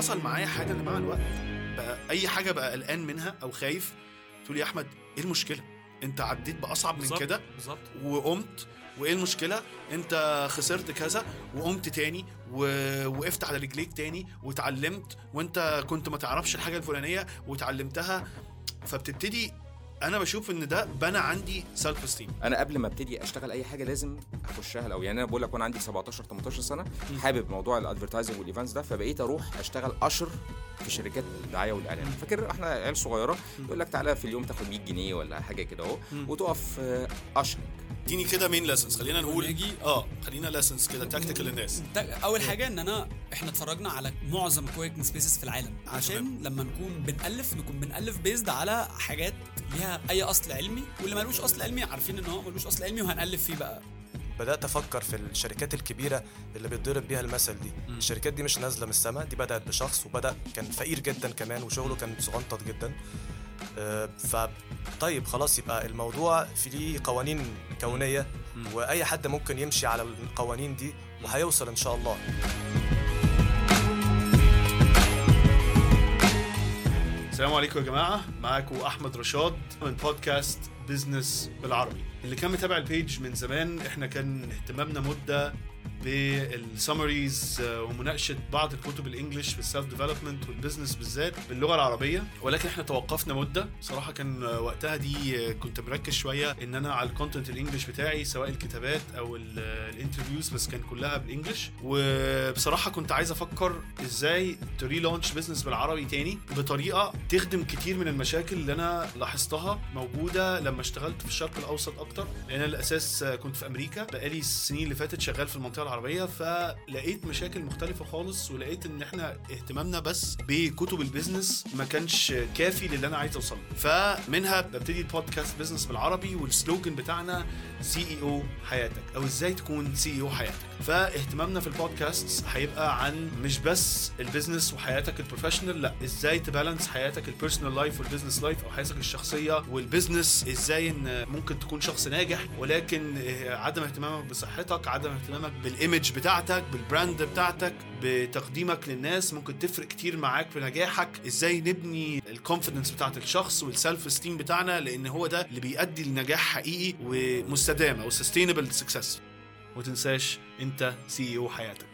حصل معايا حاجه اللي مع الوقت بقى اي حاجه بقى قلقان منها او خايف، تقول يا احمد ايه المشكله؟ انت عديت باصعب من كده وقمت، وايه المشكله؟ انت خسرت كذا وقمت تاني ووقفت على رجليك تاني وتعلمت، وانت كنت ما تعرفش الحاجه الفلانيه وتعلمتها. فبتبتدي انا بشوف ان ده بنى عندي سيلف استيم. انا قبل ما ابتدي اشتغل اي حاجه لازم اخشها الاول. يعني انا بقول لك وانا عندي 17 18 سنه حابب موضوع الادفيرتايزنج والايفنتس ده، فبقيت اروح اشتغل اشر في شركات الدعايه والاعلان. فاكر احنا عيال صغيره يقول لك تعالى في اليوم تاخد 100 جنيه ولا حاجه كده اهو وتقف اشر. اديني كده مين ليسنس، خلينا نقول خلينا ليسنس كده تكتيكال للناس. اول حاجه ان احنا اتفرجنا على معظم كويك سبيسز في العالم عشان لما نكون بنألف بيزد على حاجات ليها اي اصل علمي، واللي مالوش اصل علمي عارفين ان هو مالوش اصل علمي وهنألف فيه بقى. بدأت أفكر في الشركات الكبيرة اللي بيتضرب بيها المثل دي. الشركات دي مش نازلة من السماء، دي بدأت بشخص وبدأ كان فقير جدا كمان وشغله كان صغنطط جدا. طيب خلاص يبقى الموضوع في ليه قوانين كونية وأي حد ممكن يمشي على القوانين دي وهيوصل إن شاء الله. السلام عليكم يا جماعة، معاكم أحمد رشاد من بودكاست بيزنس بالعربي. اللي كان متابع البيج من زمان احنا كان اهتمامنا مدة بالسمريز ومناقشة بعض الكتب الانجليش في السيلف ديفلوبمنت والبيزنس بالذات باللغة العربية، ولكن احنا توقفنا مدة. صراحة كان وقتها دي كنت مركز شوية ان انا على الكونتنت الانجليش بتاعي سواء الكتابات او الانترفيوز، بس كان كلها بالانجليش. وبصراحة كنت عايز افكر ازاي تريلونش بيزنس بالعربي تاني بطريقة تخدم كتير من المشاكل اللي انا لاحظتها موجودة لما اشتغلت في الشرق الاوسط اكتر، لان الاساس كنت في امريكا بقالي السنين اللي فاتت شغال في المنطقة العربية، فلقيت مشاكل مختلفة خالص، ولقيت ان احنا اهتمامنا بس بكتب البيزنس ما كانش كافي للي انا عايز اوصله. فمنها ببتدي البودكاست بيزنس بالعربي، والسلوجن بتاعنا CEO حياتك، او ازاي تكون CEO حياتك. فاهتمامنا في البودكاست هيبقى عن مش بس البيزنس وحياتك البروفيشنال، لا ازاي تبالانس حياتك البيرسونال لايف والبيزنس لايف، او حياتك الشخصية والبيزنس. ازاي ان ممكن تكون شخص ناجح ولكن عدم اهتمامك بصحتك، عدم اهتمامك بالايمج بتاعتك، بالبراند بتاعتك، بتقديمك للناس ممكن تفرق كتير معاك في نجاحك. ازاي نبني الكونفيدنس بتاعت الشخص والسلف استيم بتاعنا، لان هو ده اللي بيؤدي لنجاح حقيقي ومستدام او sustainable success. وتنساش انت CEO حياتك.